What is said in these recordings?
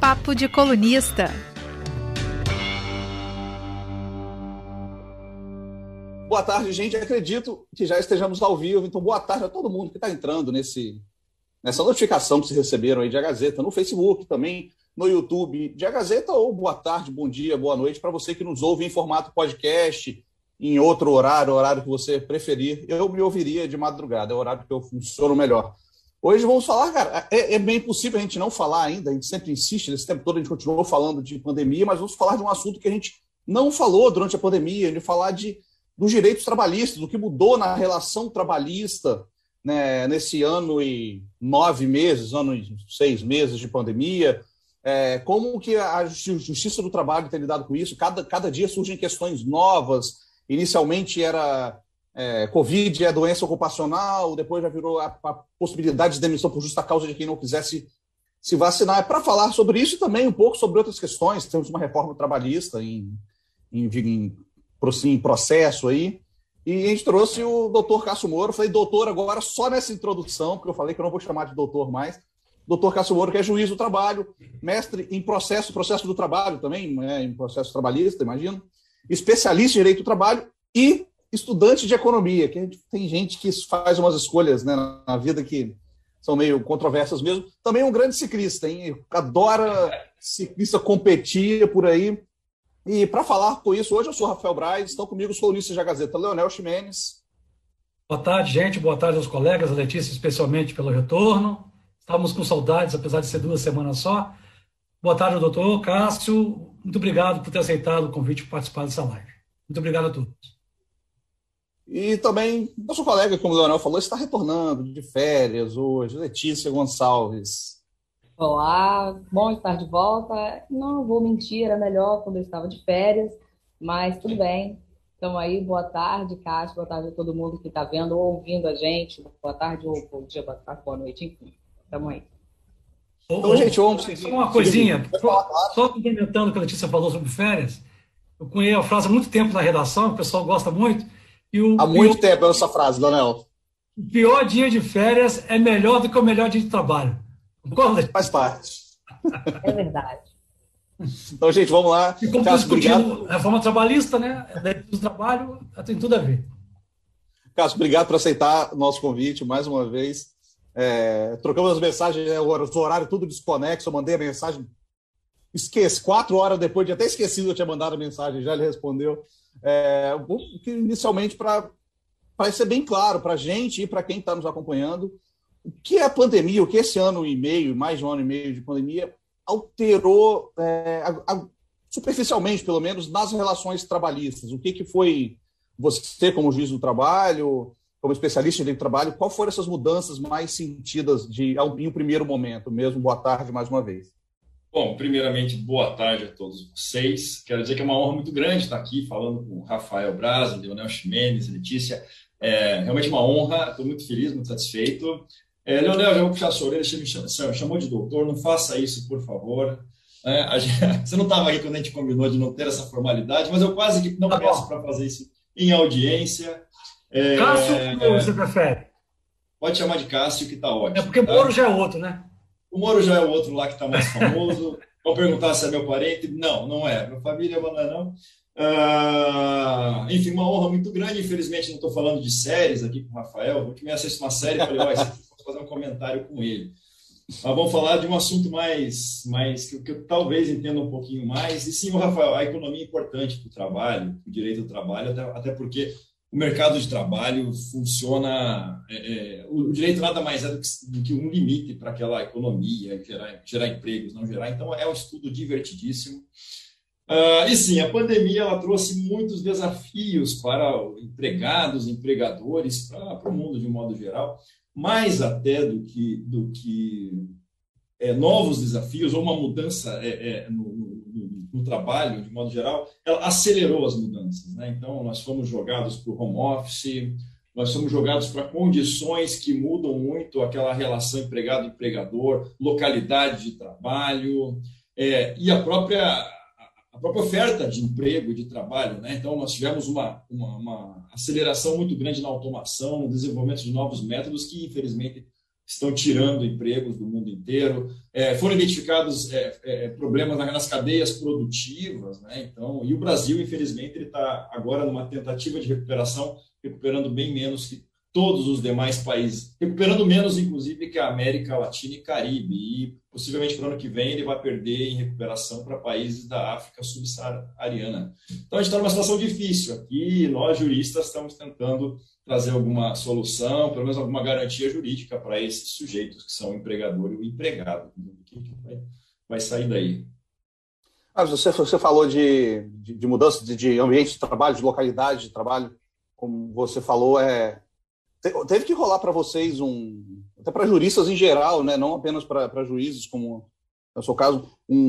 Papo de Colunista. Boa tarde, gente. Acredito que já estejamos ao vivo, então boa tarde a todo mundo que está entrando nessa notificação que vocês receberam aí de A Gazeta, no Facebook também, no YouTube de A Gazeta, ou boa tarde, bom dia, boa noite para você que nos ouve em formato podcast, em outro horário que você preferir. Eu me ouviria de madrugada, é o horário que eu funciono melhor. Hoje vamos falar, cara, é bem possível a gente não falar ainda, a gente sempre insiste, nesse tempo todo a gente continuou falando de pandemia, mas vamos falar de um assunto que a gente não falou durante a pandemia, de falar dos direitos trabalhistas, do que mudou na relação trabalhista, né, nesse ano e 9 meses, ano e 6 meses de pandemia, como que a Justiça do Trabalho tem lidado com isso. Cada dia surgem questões novas. Inicialmente era Covid, doença ocupacional, depois já virou a possibilidade de demissão por justa causa de quem não quisesse se vacinar. É para falar sobre isso e também um pouco sobre outras questões. Temos uma reforma trabalhista em processo aí, e a gente trouxe o doutor Cássio Moro. Eu falei doutor agora só nessa introdução, porque eu falei que eu não vou chamar de doutor mais. Doutor Cássio Moro, que é juiz do trabalho, mestre em processo do trabalho também, em processo trabalhista, imagino, especialista em direito do trabalho e estudante de economia, que tem gente que faz umas escolhas, né, na vida que são meio controversas mesmo. Também um grande ciclista, hein? Adora ciclista competir por aí. E para falar com isso, hoje eu sou Rafael Braz, estão comigo os colunistas da Gazeta, Leonel Ximenes. Boa tarde, gente. Boa tarde aos colegas, a Letícia especialmente pelo retorno. Estávamos com saudades, apesar de ser 2 semanas só. Boa tarde, doutor Cássio. Muito obrigado por ter aceitado o convite para participar dessa live. Muito obrigado a todos. E também, nosso colega, como o Leonel falou, está retornando de férias hoje, Letícia Gonçalves. Olá, bom estar de volta. Não vou mentir, era melhor quando eu estava de férias, mas tudo bem. Então aí, boa tarde, Cássio, boa tarde a todo mundo que está vendo ou ouvindo a gente. Boa tarde, ou bom dia, boa tarde, boa noite, enfim. Estamos aí. Então, gente, vamos seguir. Só uma coisinha, só complementando o que a Letícia falou sobre férias. Eu conheço a frase há muito tempo na redação, o pessoal gosta muito. Há muito tempo essa frase, Leonel. O pior dia de férias é melhor do que o melhor dia de trabalho. Concorda? Faz parte. É verdade. Então, gente, vamos lá. E como estamos discutindo reforma trabalhista, né? Do trabalho, tem tudo a ver. Cássio, obrigado por aceitar o nosso convite mais uma vez. Trocamos as mensagens, o horário tudo desconexo. Eu mandei a mensagem, esqueci, 4 horas depois de até esquecido eu tinha mandado a mensagem, já ele respondeu. Inicialmente, para ser bem claro para a gente e para quem está nos acompanhando, o que é a pandemia, o que esse ano e meio, mais de um ano e meio de pandemia, alterou, superficialmente, pelo menos, nas relações trabalhistas. O que foi você, como juiz do trabalho, como especialista em direito do trabalho, qual foram essas mudanças mais sentidas em um primeiro momento mesmo? Boa tarde, mais uma vez. Bom, primeiramente, boa tarde a todos vocês. Quero dizer que é uma honra muito grande estar aqui falando com o Rafael Braz, Leonel Ximenes, Letícia. É realmente uma honra, estou muito feliz, muito satisfeito. Leonel, já vou puxar a sua orelha, você me chamou de doutor, não faça isso, por favor. Você não estava aqui quando a gente combinou de não ter essa formalidade, mas eu quase que não peço para fazer isso em audiência. Cássio ou você prefere? Pode chamar de Cássio, que está ótimo. É porque Moro já é outro, né? O Moro já é o outro lá que está mais famoso. Vão perguntar se é meu parente. Não, não é. Minha família não é, não. Enfim, uma honra muito grande. Infelizmente, não estou falando de séries aqui com o Rafael. Vou que me assiste uma série e falei, posso fazer um comentário com ele. Mas vamos falar de um assunto mais que eu talvez entenda um pouquinho mais. E sim, o Rafael, a economia é importante para o trabalho, para o direito do trabalho, até porque o mercado de trabalho funciona. O direito nada mais é do que um limite para aquela economia, gerar empregos, não gerar. Então, é um estudo divertidíssimo. E sim, a pandemia ela trouxe muitos desafios para empregados, empregadores, para o mundo de um modo geral, mais até do que novos desafios ou uma mudança no trabalho, de modo geral, ela acelerou as mudanças, né? Então, nós fomos jogados para o home office, nós somos jogados para condições que mudam muito aquela relação empregado-empregador, localidade de trabalho, e a própria oferta de emprego e de trabalho, né? Então, nós tivemos uma aceleração muito grande na automação, no desenvolvimento de novos métodos que, infelizmente, estão tirando empregos do mundo inteiro. Foram identificados problemas nas cadeias produtivas, né? Então, e o Brasil, infelizmente, ele está agora numa tentativa de recuperação, recuperando bem menos que todos os demais países, recuperando menos, inclusive, que a América Latina e Caribe, e possivelmente para o ano que vem ele vai perder em recuperação para países da África subsaariana. Então, a gente está numa situação difícil aqui, e nós, juristas, estamos tentando trazer alguma solução, pelo menos alguma garantia jurídica para esses sujeitos que são o empregador e o empregado. O que vai sair daí? Você falou de mudança de ambiente de trabalho, de localidade de trabalho, como você falou, teve que rolar para vocês até para juristas em geral, né? Não apenas para juízes, como é o seu caso,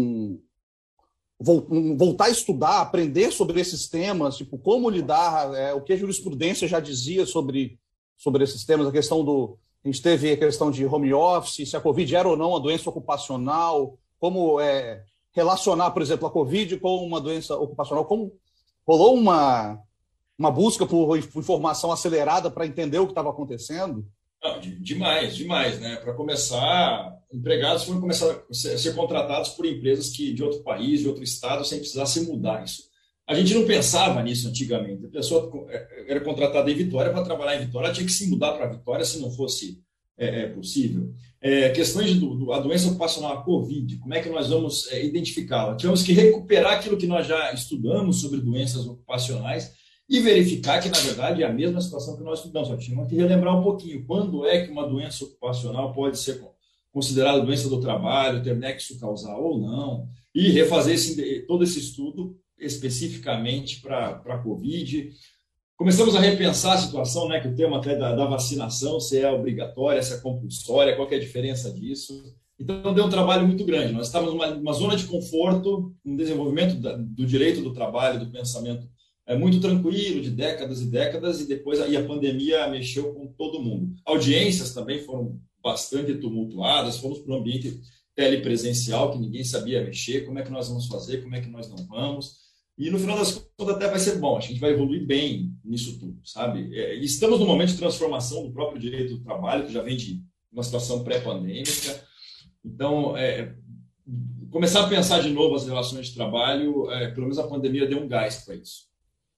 voltar a estudar, aprender sobre esses temas, tipo, como lidar, o que a jurisprudência já dizia sobre esses temas, a gente teve a questão de home office, se a Covid era ou não uma doença ocupacional, como relacionar, por exemplo, a Covid com uma doença ocupacional, como rolou uma busca por informação acelerada para entender o que estava acontecendo? Não, demais, né? Para começar, empregados foram começar a ser contratados por empresas de outro país, de outro estado, sem precisar se mudar isso. A gente não pensava nisso antigamente. A pessoa era contratada em Vitória para trabalhar em Vitória, ela tinha que se mudar para Vitória se não fosse possível. Questões da doença ocupacional, a Covid, como é que nós vamos identificá-la? Tivemos que recuperar aquilo que nós já estudamos sobre doenças ocupacionais e verificar que, na verdade, é a mesma situação que nós estudamos. Só tínhamos que relembrar um pouquinho quando é que uma doença ocupacional pode ser considerada doença do trabalho, ter nexo causal ou não, e refazer todo esse estudo especificamente para a Covid. Começamos a repensar a situação, né, que o tema até da vacinação, se é obrigatória, se é compulsória, qual que é a diferença disso. Então, deu um trabalho muito grande. Nós estávamos numa zona de conforto, um desenvolvimento do direito do trabalho, do pensamento muito tranquilo, de décadas e décadas, e depois a pandemia mexeu com todo mundo. Audiências também foram bastante tumultuadas, fomos para um ambiente telepresencial que ninguém sabia mexer, como é que nós vamos fazer, como é que nós não vamos. E no final das contas até vai ser bom, acho que a gente vai evoluir bem nisso tudo, sabe? Estamos num momento de transformação do próprio direito do trabalho, que já vem de uma situação pré-pandêmica. Então, começar a pensar de novo as relações de trabalho, pelo menos a pandemia deu um gás para isso.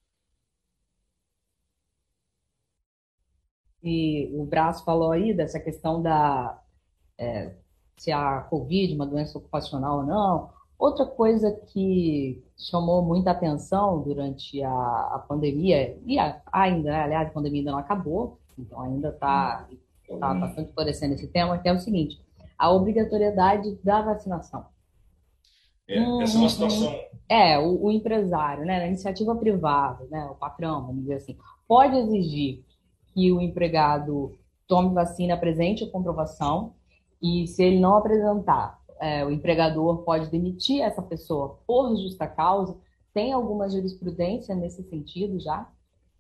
E o Brás falou aí dessa questão se a Covid é uma doença ocupacional ou não. Outra coisa que chamou muita atenção durante a pandemia, aliás, a pandemia ainda não acabou, então ainda está bastante florescendo esse tema, que é o seguinte: a obrigatoriedade da vacinação. Essa é uma situação... O empresário, né, na iniciativa privada, né, o patrão, vamos dizer assim, pode exigir que o empregado tome vacina, apresente a comprovação, e se ele não apresentar, o empregador pode demitir essa pessoa por justa causa. Tem alguma jurisprudência nesse sentido já?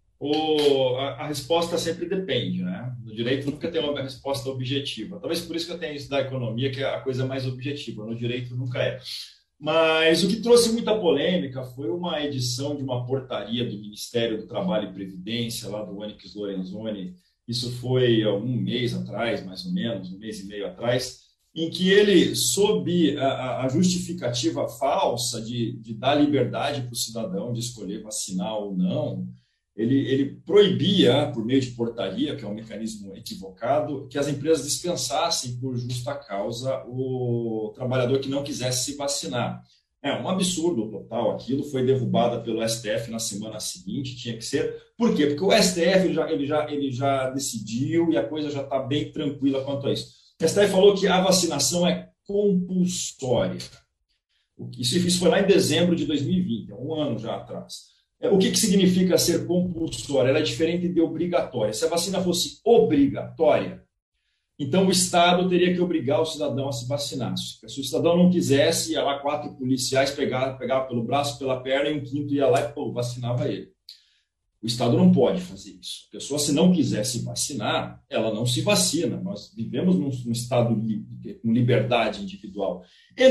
A resposta sempre depende, né? No direito nunca tem uma resposta objetiva. Talvez por isso que eu tenho isso da economia, que é a coisa mais objetiva. No direito nunca é. Mas o que trouxe muita polêmica foi uma edição de uma portaria do Ministério do Trabalho e Previdência, lá do Onyx Lorenzoni. Isso foi há um mês atrás, mais ou menos, um mês e meio atrás, em que ele, sob a justificativa falsa de dar liberdade para o cidadão de escolher vacinar ou não, ele proibia, por meio de portaria, que é um mecanismo equivocado, que as empresas dispensassem por justa causa o trabalhador que não quisesse se vacinar. É um absurdo total aquilo, foi derrubada pelo STF na semana seguinte, tinha que ser. Por quê? Porque o STF ele já decidiu e a coisa já está bem tranquila quanto a isso. O STF falou que a vacinação é compulsória. Isso foi lá em dezembro de 2020, um ano já atrás. O que significa ser compulsória? Ela é diferente de obrigatória. Se a vacina fosse obrigatória, então o Estado teria que obrigar o cidadão a se vacinar. Se o cidadão não quisesse, ia lá 4 policiais, pegava pelo braço, pela perna, e um quinto ia lá e vacinava ele. O Estado não pode fazer isso. A pessoa, se não quiser se vacinar, ela não se vacina. Nós vivemos num Estado com liberdade individual.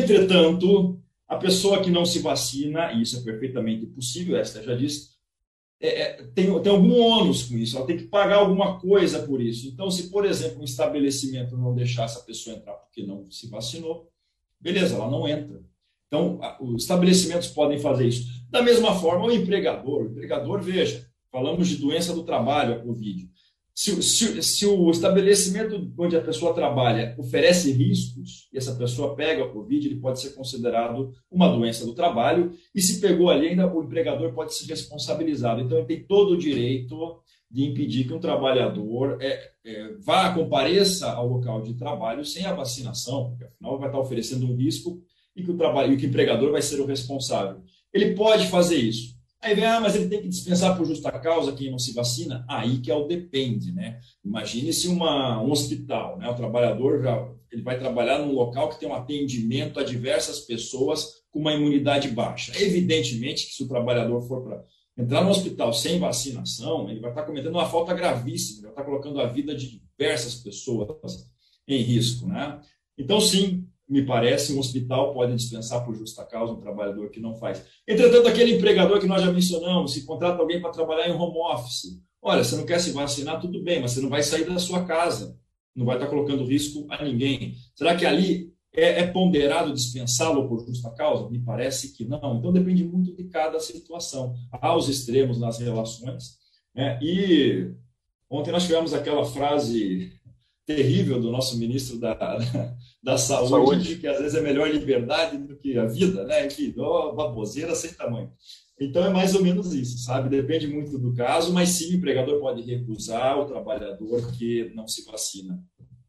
Entretanto, a pessoa que não se vacina, e isso é perfeitamente possível, esta já disse, tem algum ônus com isso, ela tem que pagar alguma coisa por isso. Então, se, por exemplo, um estabelecimento não deixar essa pessoa entrar porque não se vacinou, beleza, ela não entra. Então, os estabelecimentos podem fazer isso. Da mesma forma, o empregador, veja, falamos de doença do trabalho, a Covid. Se o estabelecimento onde a pessoa trabalha oferece riscos e essa pessoa pega a Covid, ele pode ser considerado uma doença do trabalho e se pegou ali ainda, o empregador pode ser responsabilizado. Então, ele tem todo o direito de impedir que um trabalhador compareça ao local de trabalho sem a vacinação, porque afinal vai estar oferecendo um risco e que o empregador vai ser o responsável. Ele pode fazer isso. Aí vem, mas ele tem que dispensar por justa causa quem não se vacina. Aí que é o depende, né? Imagine-se um hospital, né? O trabalhador ele vai trabalhar num local que tem um atendimento a diversas pessoas com uma imunidade baixa. Evidentemente que se o trabalhador for para entrar no hospital sem vacinação, ele vai estar cometendo uma falta gravíssima, vai estar colocando a vida de diversas pessoas em risco, né? Então, sim, me parece, um hospital pode dispensar por justa causa um trabalhador que não faz. Entretanto, aquele empregador que nós já mencionamos, se contrata alguém para trabalhar em home office, olha, você não quer se vacinar, tudo bem, mas você não vai sair da sua casa, não vai estar colocando risco a ninguém. Será que ali é ponderado dispensá-lo por justa causa? Me parece que não. Então, depende muito de cada situação. Há os extremos nas relações, né? E ontem nós tivemos aquela frase terrível do nosso ministro da Saúde, que às vezes é melhor liberdade do que a vida, né? Enfim, baboseira sem tamanho. Então é mais ou menos isso, sabe? Depende muito do caso, mas sim, o empregador pode recusar o trabalhador que não se vacina.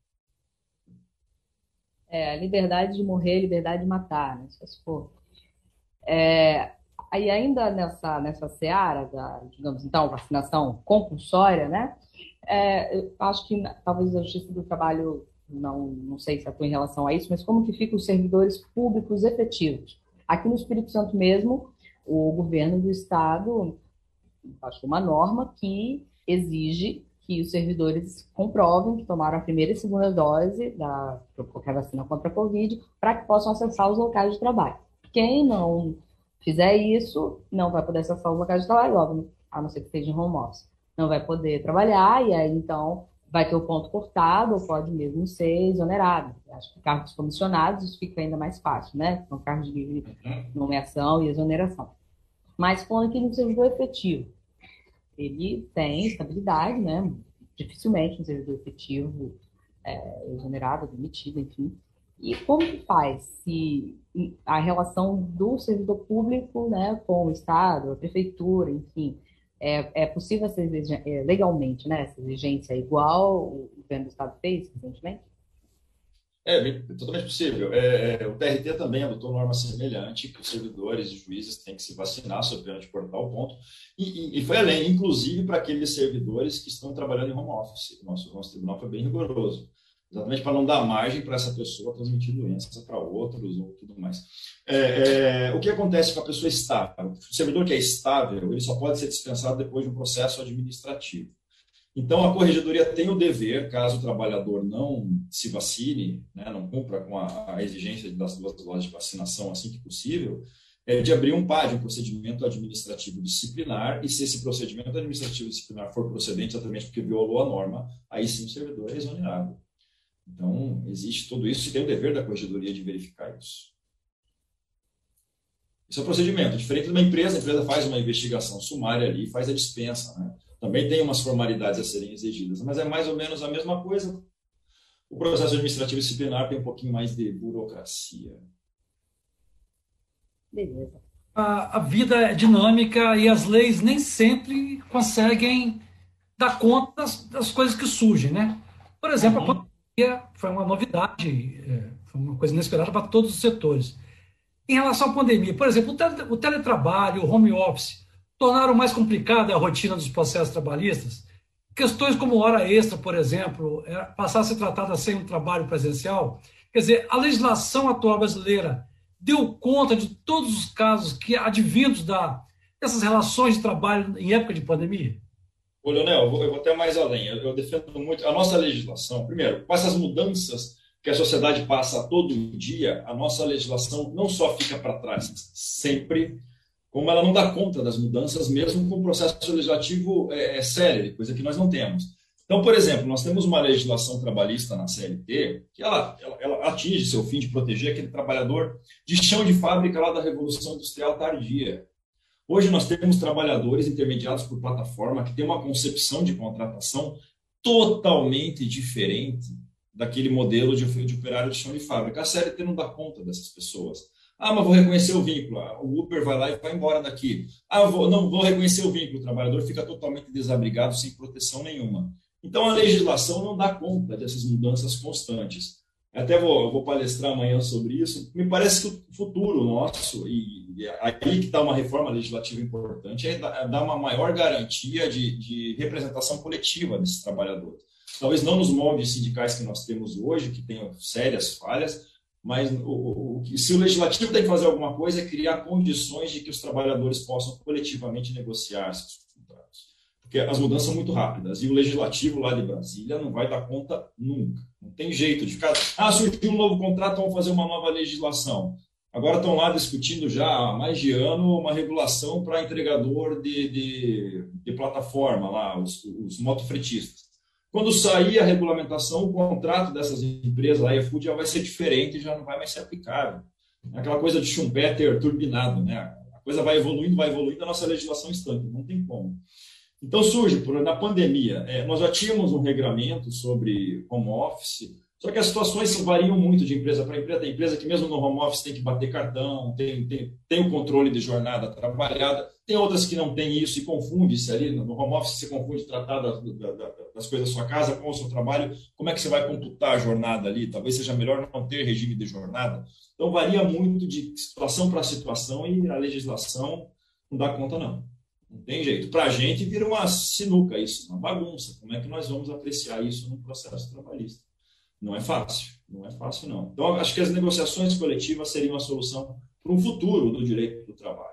A liberdade de morrer, liberdade de matar, né? Se for. Aí ainda nessa seara da, digamos, então, vacinação compulsória, né? Eu acho que talvez a Justiça do Trabalho, não sei se atua em relação a isso, mas como que ficam os servidores públicos efetivos? Aqui no Espírito Santo mesmo, o governo do estado baixou uma norma que exige que os servidores comprovem que tomaram a primeira e segunda dose da qualquer vacina contra a Covid para que possam acessar os locais de trabalho. Quem não fizer isso, não vai poder acessar os locais de trabalho, logo, a não ser que esteja em home office. Não vai poder trabalhar e aí, então, vai ter o ponto cortado ou pode mesmo ser exonerado. Acho que cargos comissionados, isso fica ainda mais fácil, né? São cargos de nomeação e exoneração. Mas, falando aqui no servidor efetivo, ele tem estabilidade, né? Dificilmente um servidor efetivo exonerado, demitido, enfim. E como que faz se a relação do servidor público, né, com o Estado, a prefeitura, enfim, é possível essa exigência, legalmente, né, essa exigência igual o governo do Estado fez recentemente? Totalmente possível. O TRT também adotou norma semelhante, que os servidores e juízes têm que se vacinar sob pena de cortar o ponto, e foi além, inclusive para aqueles servidores que estão trabalhando em home office. O nosso tribunal foi bem rigoroso, exatamente para não dar margem para essa pessoa transmitir doenças para outros ou tudo mais. O que acontece com a pessoa estável? O servidor que é estável, ele só pode ser dispensado depois de um processo administrativo. Então, a Corregedoria tem o dever, caso o trabalhador não se vacine, né, não cumpra com a exigência das 2 doses de vacinação assim que possível, de abrir um PAD, um procedimento administrativo disciplinar, e se esse procedimento administrativo disciplinar for procedente exatamente porque violou a norma, aí sim o servidor é exonerado. Então, existe tudo isso e tem o dever da Corregedoria de verificar isso. Esse é o procedimento. Diferente de uma empresa, a empresa faz uma investigação sumária ali e faz a dispensa, né? Também tem umas formalidades a serem exigidas, mas é mais ou menos a mesma coisa. O processo administrativo disciplinar tem um pouquinho mais de burocracia. Beleza. A vida é dinâmica e as leis nem sempre conseguem dar conta das coisas que surgem, né? Por exemplo, a pandemia foi uma novidade, foi uma coisa inesperada para todos os setores. Em relação à pandemia, por exemplo, o teletrabalho, o home office, tornaram mais complicada a rotina dos processos trabalhistas. Questões como hora extra, por exemplo, passar a ser tratada sem um trabalho presencial. Quer dizer, a legislação atual brasileira deu conta de todos os casos que advindos dessas relações de trabalho em época de pandemia? Ô, Leonel, eu vou até mais além. Eu defendo muito a nossa legislação. Primeiro, com essas mudanças que a sociedade passa todo dia, a nossa legislação não só fica para trás, sempre, como ela não dá conta das mudanças, mesmo com o processo legislativo célere, coisa que nós não temos. Então, por exemplo, nós temos uma legislação trabalhista na CLT que ela atinge seu fim de proteger aquele trabalhador de chão de fábrica lá da Revolução Industrial Tardia. Hoje nós temos trabalhadores intermediados por plataforma que têm uma concepção de contratação totalmente diferente daquele modelo de operário de chão de fábrica. A CLT não dá conta dessas pessoas. Ah, mas vou reconhecer o vínculo. O Uber vai lá e vai embora daqui. Ah, não vou reconhecer o vínculo. O trabalhador fica totalmente desabrigado, sem proteção nenhuma. Então, a legislação não dá conta dessas mudanças constantes. Até vou palestrar amanhã sobre isso. Me parece que o futuro nosso, e aí que está uma reforma legislativa importante, é dar uma maior garantia de representação coletiva desses trabalhadores. Talvez não nos moldes sindicais que nós temos hoje, que tenham sérias falhas, mas se o legislativo tem que fazer alguma coisa, é criar condições de que os trabalhadores possam coletivamente negociar seus contratos. Porque as mudanças são muito rápidas, e o legislativo lá de Brasília não vai dar conta nunca. Não tem jeito de ficar... surgiu um novo contrato, vamos fazer uma nova legislação. Agora estão lá discutindo já há mais de ano uma regulação para entregador de plataforma, lá, os motofretistas. Quando sair a regulamentação, o contrato dessas empresas, a iFood, já vai ser diferente, já não vai mais ser aplicável. É aquela coisa de Schumpeter turbinado, né? A coisa vai evoluindo, a nossa legislação estanca, não tem como. Então surge, na pandemia, nós já tínhamos um regramento sobre home office, só que as situações variam muito de empresa para empresa. Tem empresa que mesmo no home office tem que bater cartão, tem o controle de jornada trabalhada, tem outras que não tem isso e confunde-se ali. No home office você confunde tratar das coisas da sua casa com o seu trabalho. Como é que você vai computar a jornada ali? Talvez seja melhor não ter regime de jornada. Então varia muito de situação para situação e a legislação não dá conta não. Não tem jeito. Para a gente vira uma sinuca isso, uma bagunça. Como é que nós vamos apreciar isso no processo trabalhista? Não é fácil, não. Então, acho que as negociações coletivas seriam a solução para um futuro do direito do trabalho.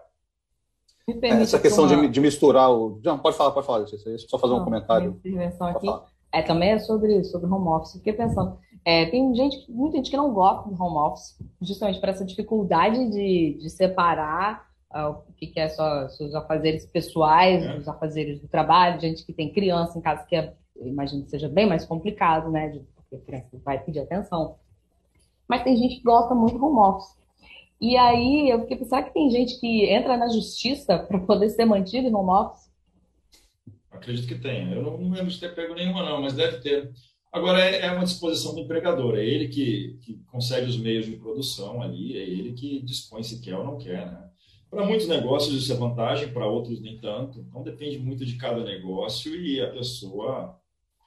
Essa questão de misturar o... Não, pode falar disso. Só fazer um comentário. Intervenção aqui também é sobre home office. Fiquei pensando, tem muita gente que não gosta do home office, justamente por essa dificuldade de separar o que é só seus afazeres pessoais, os afazeres do trabalho, gente que tem criança em casa, que imagino que seja bem mais complicado, né? Porque a criança vai pedir atenção. Mas tem gente que gosta muito do home office. E aí, eu fiquei pensando, será que tem gente que entra na justiça para poder ser mantido em home office? Acredito que tenha. Eu não lembro de ter pego nenhuma, não, mas deve ter. Agora, é uma disposição do empregador. É ele que consegue os meios de produção ali, é ele que dispõe se quer ou não quer, né? Para muitos negócios isso é vantagem, para outros nem tanto. Então, depende muito de cada negócio e a pessoa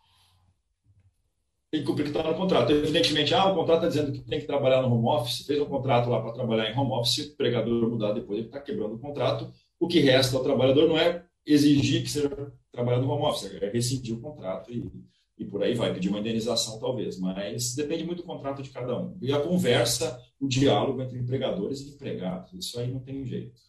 tem que cumprir o que está no contrato. Evidentemente, o contrato está dizendo que tem que trabalhar no home office, fez um contrato lá para trabalhar em home office, se o empregador mudar depois, ele está quebrando o contrato. O que resta ao trabalhador não é exigir que seja trabalhado no home office, é rescindir o contrato e por aí vai, pedir uma indenização talvez, mas depende muito do contrato de cada um. E a conversa, o diálogo entre empregadores e empregados, isso aí não tem jeito.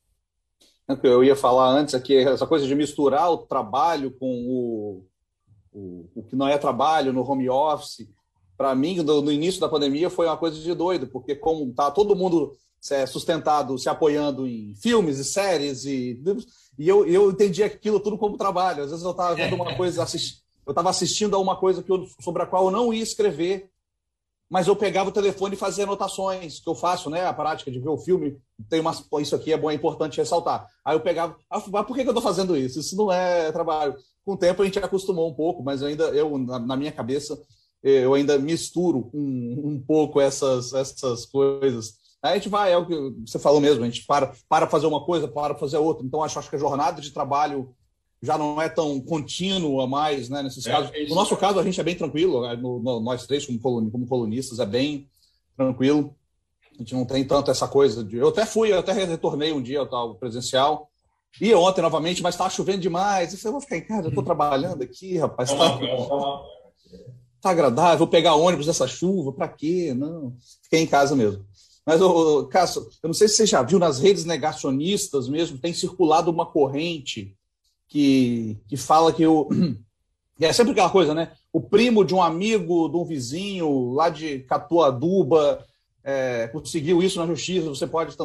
Eu ia falar antes aqui, essa coisa de misturar o trabalho com o que não é trabalho no home office, para mim, no início da pandemia, foi uma coisa de doido, porque como está todo mundo sustentado, se apoiando em filmes e séries, e eu entendi aquilo tudo como trabalho. Às vezes eu estava vendo uma coisa, eu estava assistindo a uma coisa sobre a qual eu não ia escrever, mas eu pegava o telefone e fazia anotações, que eu faço, né? A prática de ver o filme, isso aqui é bom, é importante ressaltar. Aí eu pegava, mas por que eu estou fazendo isso? Isso não é trabalho. Com o tempo a gente acostumou um pouco, mas na minha cabeça, eu ainda misturo um pouco essas coisas. Aí a gente vai, é o que você falou mesmo, a gente para fazer uma coisa, para fazer outra. Então acho que a jornada de trabalho já não é tão contínua mais, né, nesses casos. No nosso caso, a gente é bem tranquilo, nós três, como colunistas, é bem tranquilo. A gente não tem tanto essa coisa de... Eu até retornei um dia ao presencial, ia ontem novamente, mas estava chovendo demais. Eu falei, vou ficar em casa, eu estou trabalhando aqui, rapaz. Tá agradável, vou pegar ônibus nessa chuva, para quê? Não, fiquei em casa mesmo. Mas, Cássio, eu não sei se você já viu, nas redes negacionistas mesmo, tem circulado uma corrente que fala que é sempre aquela coisa, né? O primo de um amigo, de um vizinho lá de Catuaduba conseguiu isso na justiça, você pode também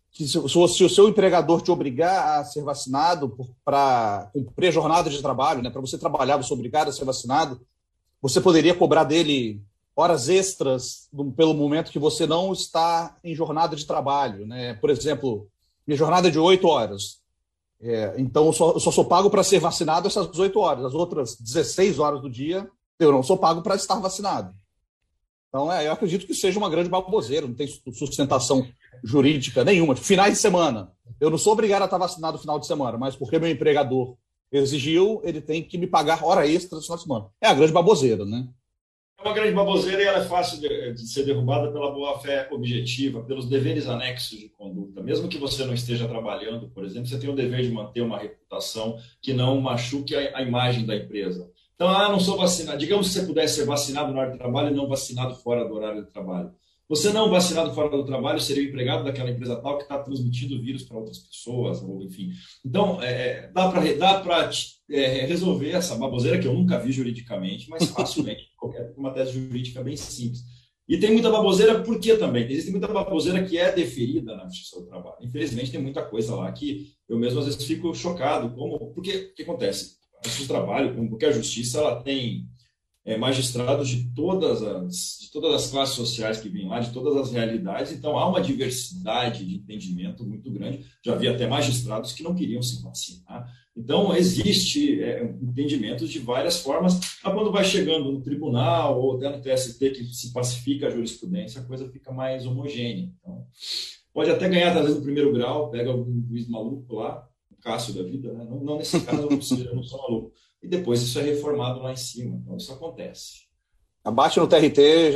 que se o seu empregador te obrigar a ser vacinado para cumprir a jornada de trabalho, né, para você trabalhar, você é obrigado a ser vacinado, você poderia cobrar dele horas extras pelo momento que você não está em jornada de trabalho, né? Por exemplo, minha jornada é de 8 horas. Então, eu só sou pago para ser vacinado essas 8 horas. As outras 16 horas do dia, eu não sou pago para estar vacinado. Então, eu acredito que seja uma grande baboseira, não tem sustentação jurídica nenhuma. Finais de semana. Eu não sou obrigado a estar vacinado no final de semana, mas porque meu empregador exigiu, ele tem que me pagar hora extra no final de semana. É a grande baboseira, né? É uma grande baboseira e ela é fácil de ser derrubada pela boa-fé objetiva, pelos deveres anexos de conduta. Mesmo que você não esteja trabalhando, por exemplo, você tem o dever de manter uma reputação que não machuque a imagem da empresa. Então, não sou vacinado. Digamos que você pudesse ser vacinado no horário de trabalho e não vacinado fora do horário de trabalho. Você não vacinado fora do trabalho seria o empregado daquela empresa tal que está transmitindo vírus para outras pessoas, ou enfim. Então, dá para resolver essa baboseira que eu nunca vi juridicamente, mas facilmente, uma tese jurídica bem simples. E tem muita baboseira, por que também? Existe muita baboseira que é deferida na Justiça do Trabalho. Infelizmente, tem muita coisa lá que eu mesmo às vezes fico chocado. Porque o que acontece? A Justiça do Trabalho, como qualquer justiça, ela tem magistrados de todas as classes sociais que vêm lá, de todas as realidades, então há uma diversidade de entendimento muito grande. Já vi até magistrados que não queriam se vacinar. Então, existe entendimentos de várias formas, mas quando vai chegando no tribunal ou até no TST, que se pacifica a jurisprudência, a coisa fica mais homogênea. Então, pode até ganhar, talvez, no primeiro grau, pega algum juiz maluco lá, o Cássio da vida, né? Não nesse caso, eu não sou maluco. E depois isso é reformado lá em cima. Então, isso acontece. Abate no TRT,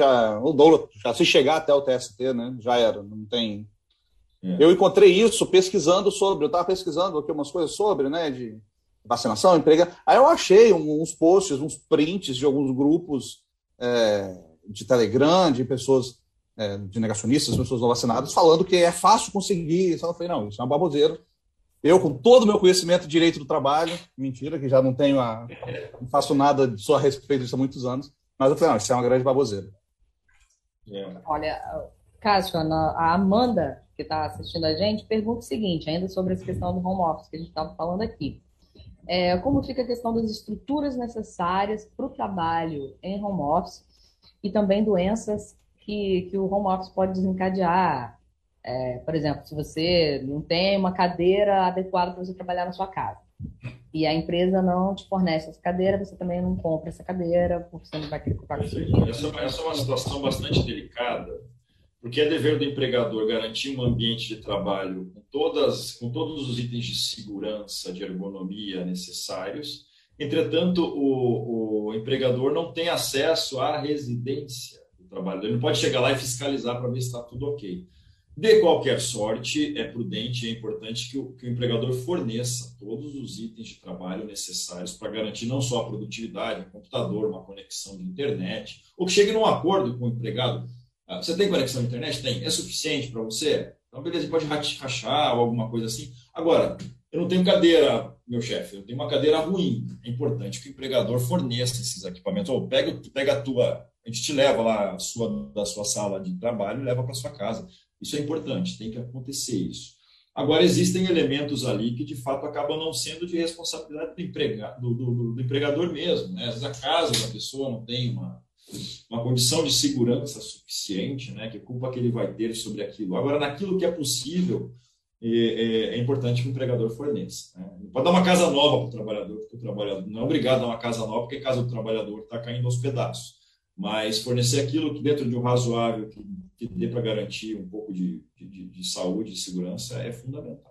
já se chegar até o TST, né? Já era, não tem... Eu encontrei isso pesquisando sobre, eu estava pesquisando aqui umas coisas sobre, né, de vacinação, emprego. Aí eu achei uns posts, uns prints de alguns grupos de Telegram, de pessoas, de negacionistas, pessoas não vacinadas, falando que é fácil conseguir. Eu falei, não, isso é uma baboseira. Eu, com todo o meu conhecimento de direito do trabalho, mentira, que já não tenho não faço nada só a respeito disso há muitos anos, mas eu falei, não, isso é uma grande baboseira. Olha, Cássio, a Amanda, que está assistindo a gente, pergunta o seguinte, ainda sobre essa questão do home office que a gente estava falando aqui. Como fica a questão das estruturas necessárias para o trabalho em home office e também doenças que o home office pode desencadear? Por exemplo, se você não tem uma cadeira adequada para você trabalhar na sua casa e a empresa não te fornece essa cadeira, você também não compra essa cadeira porque você não vai querer comprar com isso. Essa é uma situação bastante delicada, porque é dever do empregador garantir um ambiente de trabalho com todos os itens de segurança, de ergonomia necessários. Entretanto, o empregador não tem acesso à residência do trabalhador. Ele não pode chegar lá e fiscalizar para ver se está tudo ok. De qualquer sorte, é prudente e é importante que o empregador forneça todos os itens de trabalho necessários para garantir não só a produtividade, um computador, uma conexão de internet, ou que chegue num acordo com o empregado. Você tem conexão de internet? Tem. É suficiente para você? Então, beleza, pode rachar ou alguma coisa assim. Agora, eu não tenho cadeira, meu chefe, eu tenho uma cadeira ruim. É importante que o empregador forneça esses equipamentos. Ou pega a tua, a gente te leva lá da sua sala de trabalho e leva para sua casa. Isso é importante, tem que acontecer isso. Agora, existem elementos ali que, de fato, acabam não sendo de responsabilidade do empregador mesmo, né? Às vezes a casa da pessoa não tem uma condição de segurança suficiente, né? Que culpa que ele vai ter sobre aquilo. Agora, naquilo que é possível, é importante que o empregador forneça, né? Não pode dar uma casa nova para o trabalhador, porque o trabalhador não é obrigado a dar uma casa nova, porque a casa do trabalhador está caindo aos pedaços. Mas fornecer aquilo que dentro de um razoável que dê para garantir um pouco de saúde e segurança é fundamental.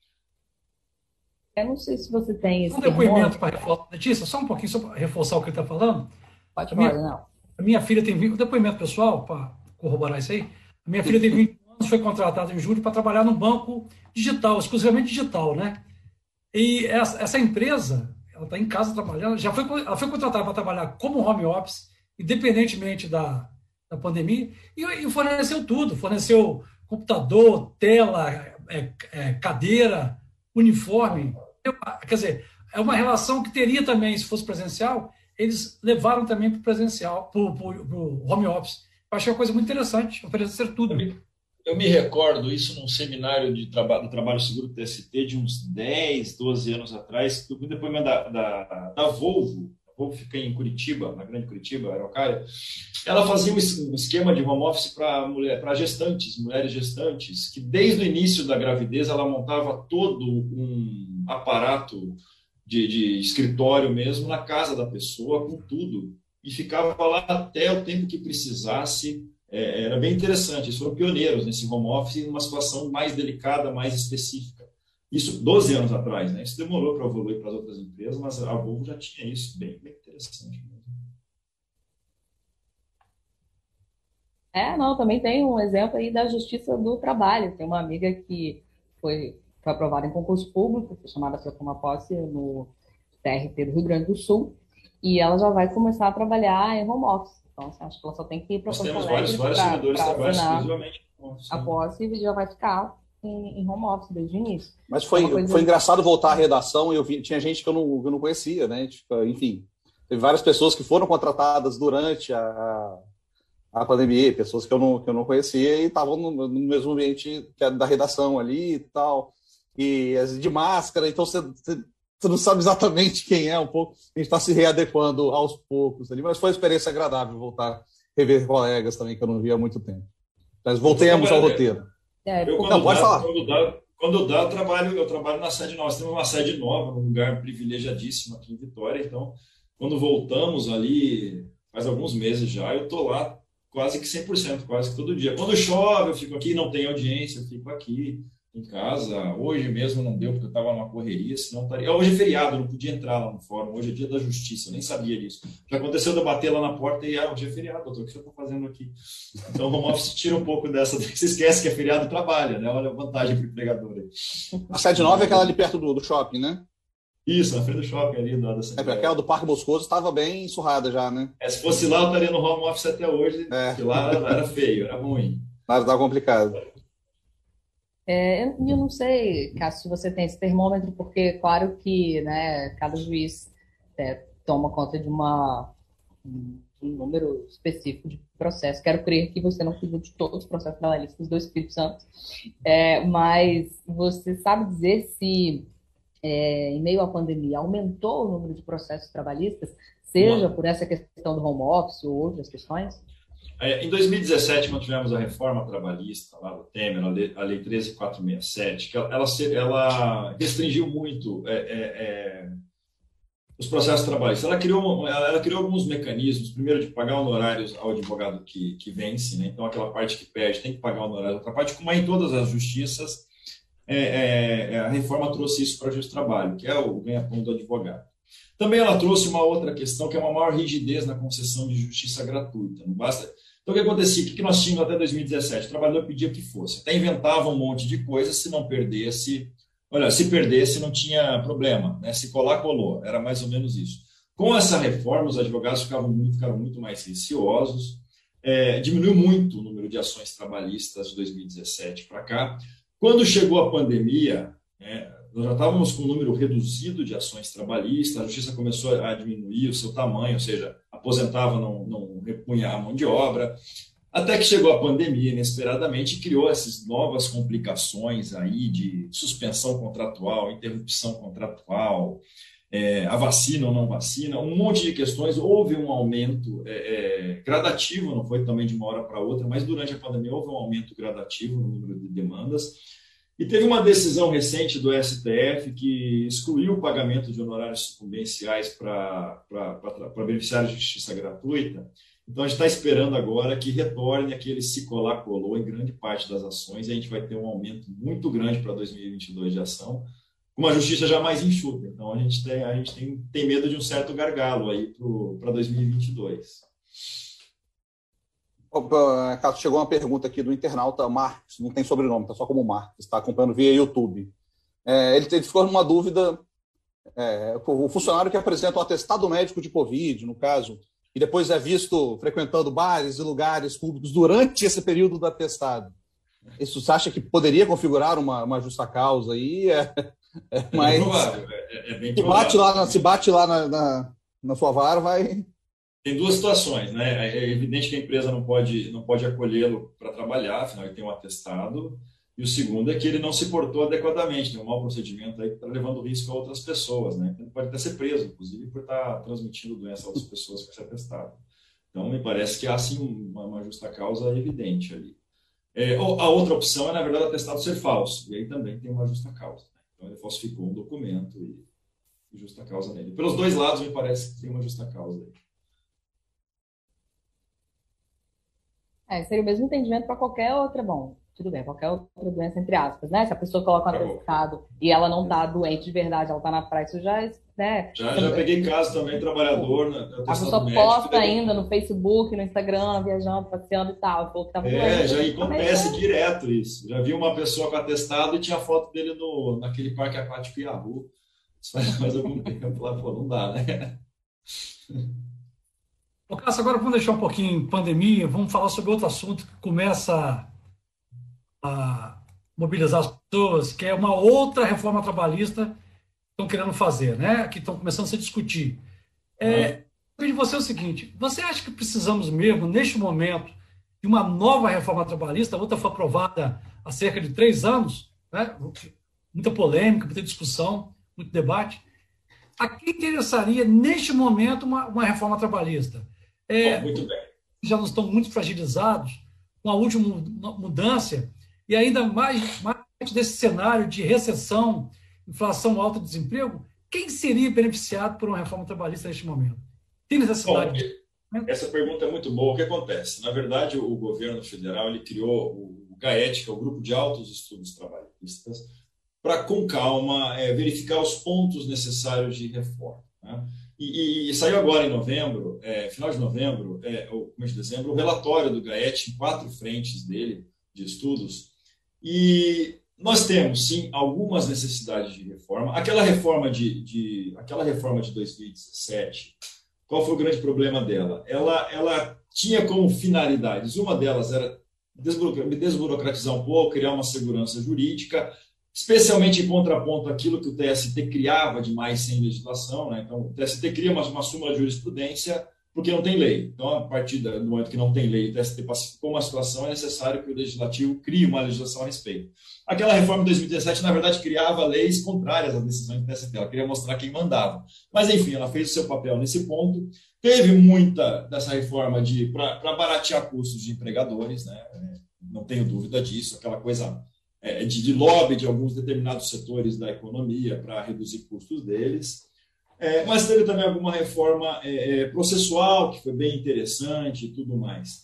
Eu não sei se você tem esse... Um depoimento para reforçar. Letícia, só um pouquinho, só para reforçar o que ele está falando. Pode falar, não. A minha filha tem 20... Um depoimento pessoal, para corroborar isso aí. A minha filha tem 20 anos, foi contratada em julho para trabalhar num banco digital, exclusivamente digital, né? E essa empresa, ela está em casa trabalhando, ela foi contratada para trabalhar como home office, independentemente da pandemia, e forneceu tudo, forneceu computador, tela, cadeira, uniforme. Quer dizer, é uma relação que teria também, se fosse presencial, eles levaram também para o presencial, para o home office. Eu achei uma coisa muito interessante, oferecer tudo. Eu me recordo isso num seminário do Trabalho Seguro TST de uns 10, 12 anos atrás, eu vi depoimento da Volvo. A Volvo fica em Curitiba, na Grande Curitiba, Araucária. Ela fazia um esquema de home office para gestantes, mulheres gestantes, que desde o início da gravidez ela montava todo um aparato de escritório mesmo na casa da pessoa, com tudo, e ficava lá até o tempo que precisasse. Era bem interessante, eles foram pioneiros nesse home office em uma situação mais delicada, mais específica. Isso 12 anos atrás, né? Isso demorou para evoluir para as outras empresas, mas a Volvo já tinha isso, bem, bem interessante mesmo. Não, também tem um exemplo aí da Justiça do Trabalho. Tem uma amiga que foi aprovada em concurso público, foi chamada para tomar posse no TRT do Rio Grande do Sul, e ela já vai começar a trabalhar em home office. Então, assim, acho que ela só tem que ir para Nós Porto temos Alegre vários servidores que trabalham exclusivamente em office, a posse e já vai ficar em home office desde o início. Mas foi engraçado voltar à redação e tinha gente que eu não conhecia, né? Tipo, enfim, teve várias pessoas que foram contratadas durante a pandemia, pessoas que eu não conhecia e estavam no mesmo ambiente da redação ali e tal, e de máscara, então você não sabe exatamente quem é um pouco, a gente está se readequando aos poucos ali, mas foi uma experiência agradável voltar a rever colegas também que eu não via há muito tempo. Mas voltemos ao roteiro. Pode falar. Quando dá, eu trabalho na sede nova. Nós temos uma sede nova, num lugar privilegiadíssimo aqui em Vitória, então quando voltamos ali, faz alguns meses já, eu estou lá quase que 100%, quase que todo dia. Quando chove, eu fico aqui, não tem audiência, eu fico aqui em casa. Hoje mesmo não deu, porque eu estava numa correria, senão estaria... Hoje é feriado, eu não podia entrar lá no fórum, hoje é dia da justiça, eu nem sabia disso. Já aconteceu de eu bater lá na porta e, hoje é feriado, doutor, o que você está fazendo aqui? Então o home office tira um pouco dessa, você esquece que é feriado e trabalha, né? Olha a vantagem para o empregador aí. A sede nova é aquela ali perto do shopping, né? Isso, na frente do shopping ali. Porque aquela do Parque Moscoso estava bem ensurrada já, né? Se fosse lá, eu estaria no home office até hoje, porque lá era feio, era ruim. Mas estava complicado. Eu não sei, Cássio, se você tem esse termômetro, porque claro que, né, cada juiz toma conta de um número específico de processos. Quero crer que você não cuidou de todos os processos trabalhistas do Espírito Santo, mas você sabe dizer se em meio à pandemia, aumentou o número de processos trabalhistas, seja por essa questão do home office ou outras questões? Em 2017, quando tivemos a reforma trabalhista lá do Temer, a Lei 13.467, que ela restringiu muito os processos trabalhistas. Ela criou alguns mecanismos, primeiro de pagar honorários ao advogado que vence, né? Então aquela parte que perde tem que pagar honorários, outra parte, como é em todas as justiças, a reforma trouxe isso para o justiça do trabalho, que é o ganha-pão do advogado. Também ela trouxe uma outra questão, que é uma maior rigidez na concessão de justiça gratuita. Não basta... Então, o que acontecia? O que nós tínhamos até 2017? O trabalhador pedia que fosse. Até inventava um monte de coisas, se não perdesse... Olha, se perdesse, não tinha problema, né? Se colar, colou. Era mais ou menos isso. Com essa reforma, os advogados ficaram muito mais receosos. Diminuiu muito o número de ações trabalhistas de 2017 para cá. Quando chegou a pandemia, nós já estávamos com um número reduzido de ações trabalhistas, a justiça começou a diminuir o seu tamanho, ou seja, aposentava, não repunha a mão de obra, até que chegou a pandemia inesperadamente e criou essas novas complicações aí de suspensão contratual, interrupção contratual, a vacina ou não vacina, um monte de questões. Houve um aumento gradativo, não foi também de uma hora para outra, mas durante a pandemia houve um aumento gradativo no número de demandas. E teve uma decisão recente do STF que excluiu o pagamento de honorários sucumbenciais para beneficiários de justiça gratuita. Então, a gente está esperando agora que retorne aquele se colar, colou em grande parte das ações, e a gente vai ter um aumento muito grande para 2022 de ação, com uma justiça já mais enxuta. Então, a gente tem medo de um certo gargalo aí para 2022. Cássio, chegou uma pergunta aqui do internauta Marcos, não tem sobrenome, está só como Marcos, está acompanhando via YouTube. Ele ficou numa dúvida, o funcionário que apresenta um atestado médico de Covid, no caso, e depois é visto frequentando bares e lugares públicos durante esse período do atestado. Isso você acha que poderia configurar uma justa causa aí? Mas, bem provável, se bate lá na sua vara, vai... Tem duas situações, né? É evidente que a empresa não pode acolhê-lo para trabalhar, afinal ele tem um atestado. E o segundo é que ele não se portou adequadamente, tem um mau procedimento aí que está levando risco a outras pessoas, né? Ele pode até ser preso, inclusive, por estar transmitindo doença a outras pessoas com esse atestado. Então, me parece que há, sim, uma justa causa evidente ali. A outra opção é, na verdade, o atestado ser falso, e aí também tem uma justa causa, né? Então, ele falsificou um documento e justa causa nele. Pelos dois lados, me parece que tem uma justa causa aí. Seria o mesmo entendimento para qualquer outra, bom, tudo bem, qualquer outra doença, entre aspas, né? Se a pessoa coloca um atestado e ela não está doente de verdade, ela está na praia, isso já, né? Já peguei caso também, trabalhador, né? A pessoa médico, posta ainda no Facebook, no Instagram, viajando, passeando e tal. Falou que tava doente, já acontece direto isso. Já vi uma pessoa com atestado e tinha foto dele naquele parque aquático Yahoo. Isso faz algum tempo lá, pô, não dá, né? Ô, Cássio, agora vamos deixar um pouquinho pandemia, vamos falar sobre outro assunto que começa a mobilizar as pessoas, que é uma outra reforma trabalhista que estão querendo fazer, né? Que estão começando a se discutir. Eu pedir de você o seguinte: você acha que precisamos mesmo, neste momento, de uma nova reforma trabalhista? A outra foi aprovada há cerca de 3 anos, né? Muita polêmica, muita discussão, muito debate. A quem interessaria, neste momento, uma reforma trabalhista? Muito bem. Já não estão muito fragilizados com a última mudança e ainda mais desse cenário de recessão, inflação alta, desemprego. Quem seria beneficiado por uma reforma trabalhista neste momento? Tem necessidade? Essa pergunta é muito boa. O que acontece? Na verdade, o governo federal ele criou o GAET, que é o Grupo de Altos Estudos Trabalhistas, para, com calma, verificar os pontos necessários de reforma, né? E saiu agora em novembro, final de novembro, ou começo de dezembro, o relatório do GAET em 4 frentes dele, de estudos, e nós temos, sim, algumas necessidades de reforma. Aquela reforma de 2017, qual foi o grande problema dela? Ela tinha como finalidades, uma delas era desburocratizar um pouco, criar uma segurança jurídica, especialmente em contraponto àquilo que o TST criava demais sem legislação, né? Então, o TST cria uma súmula de jurisprudência porque não tem lei. Então, a partir do momento que não tem lei, o TST pacificou uma situação, é necessário que o Legislativo crie uma legislação a respeito. Aquela reforma de 2017, na verdade, criava leis contrárias às decisões do TST. Ela queria mostrar quem mandava. Mas, enfim, ela fez o seu papel nesse ponto. Teve muita dessa reforma para baratear custos de empregadores, né? Não tenho dúvida disso, aquela coisa de lobby de alguns determinados setores da economia para reduzir custos deles. Mas teve também alguma reforma processual, que foi bem interessante e tudo mais.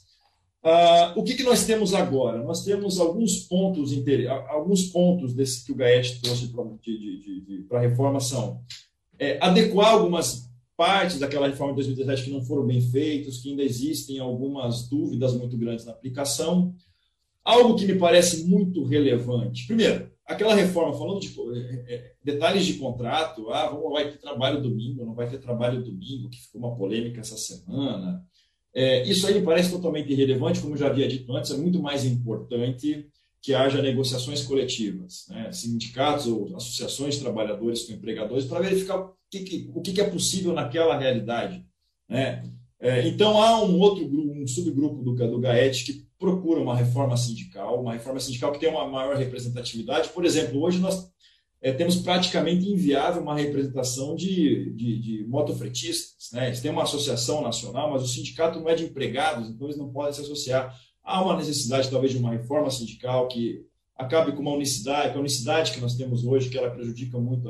O que nós temos agora? Nós temos alguns pontos desse que o GAET trouxe para a reforma são adequar algumas partes daquela reforma de 2017 que não foram bem feitas, que ainda existem algumas dúvidas muito grandes na aplicação. Algo que me parece muito relevante. Primeiro, aquela reforma, falando de detalhes de contrato, vai ter trabalho domingo, não vai ter trabalho domingo, que ficou uma polêmica essa semana. Isso aí me parece totalmente irrelevante, como eu já havia dito antes, é muito mais importante que haja negociações coletivas, né? Sindicatos ou associações de trabalhadores com empregadores, para verificar o que é possível naquela realidade, né? Então, há um subgrupo do GAET que procura uma reforma sindical que tenha uma maior representatividade. Por exemplo, hoje nós temos praticamente inviável uma representação de motofretistas, né? Eles têm uma associação nacional, mas o sindicato não é de empregados, então eles não podem se associar. Há uma necessidade, talvez, de uma reforma sindical que acabe com a unicidade que nós temos hoje, que ela prejudica muito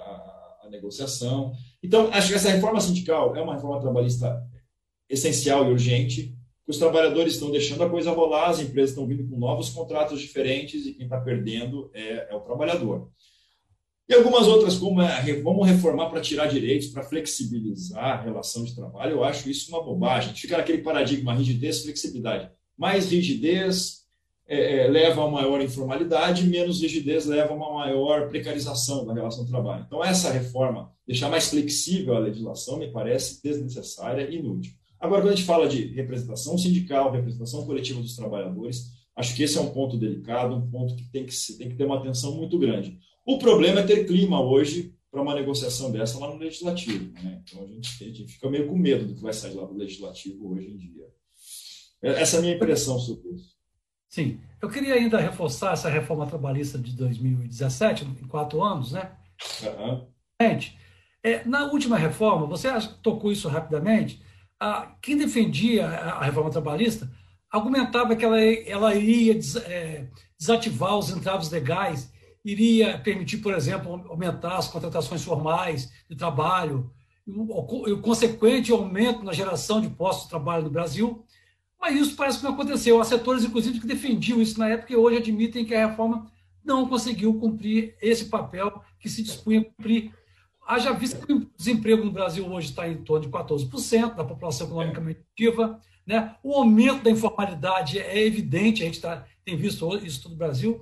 a negociação. Então, acho que essa reforma sindical é uma reforma trabalhista essencial e urgente, que os trabalhadores estão deixando a coisa rolar, as empresas estão vindo com novos contratos diferentes e quem está perdendo é o trabalhador. E algumas outras, como vamos reformar para tirar direitos, para flexibilizar a relação de trabalho, eu acho isso uma bobagem. A gente fica naquele paradigma rigidez, flexibilidade. Mais rigidez leva a uma maior informalidade, menos rigidez leva a uma maior precarização da relação de trabalho. Então, essa reforma, deixar mais flexível a legislação, me parece desnecessária e inútil. Agora, quando a gente fala de representação sindical, representação coletiva dos trabalhadores, acho que esse é um ponto delicado, um ponto que tem que ter uma atenção muito grande. O problema é ter clima hoje para uma negociação dessa lá no Legislativo, né? Então, a gente fica meio com medo do que vai sair lá do Legislativo hoje em dia. Essa é a minha impressão sobre isso. Sim. Eu queria ainda reforçar essa reforma trabalhista de 2017, em 4 anos, né? Uhum. Gente, na última reforma, você tocou isso rapidamente, quem defendia a reforma trabalhista argumentava que ela iria desativar os entraves legais, iria permitir, por exemplo, aumentar as contratações formais de trabalho, e o consequente aumento na geração de postos de trabalho no Brasil, mas isso parece que não aconteceu. Há setores, inclusive, que defendiam isso na época e hoje admitem que a reforma não conseguiu cumprir esse papel que se dispunha a cumprir. Haja visto que o desemprego no Brasil hoje está em torno de 14% da população economicamente ativa, né? O aumento da informalidade é evidente, a gente tem visto isso todo no Brasil.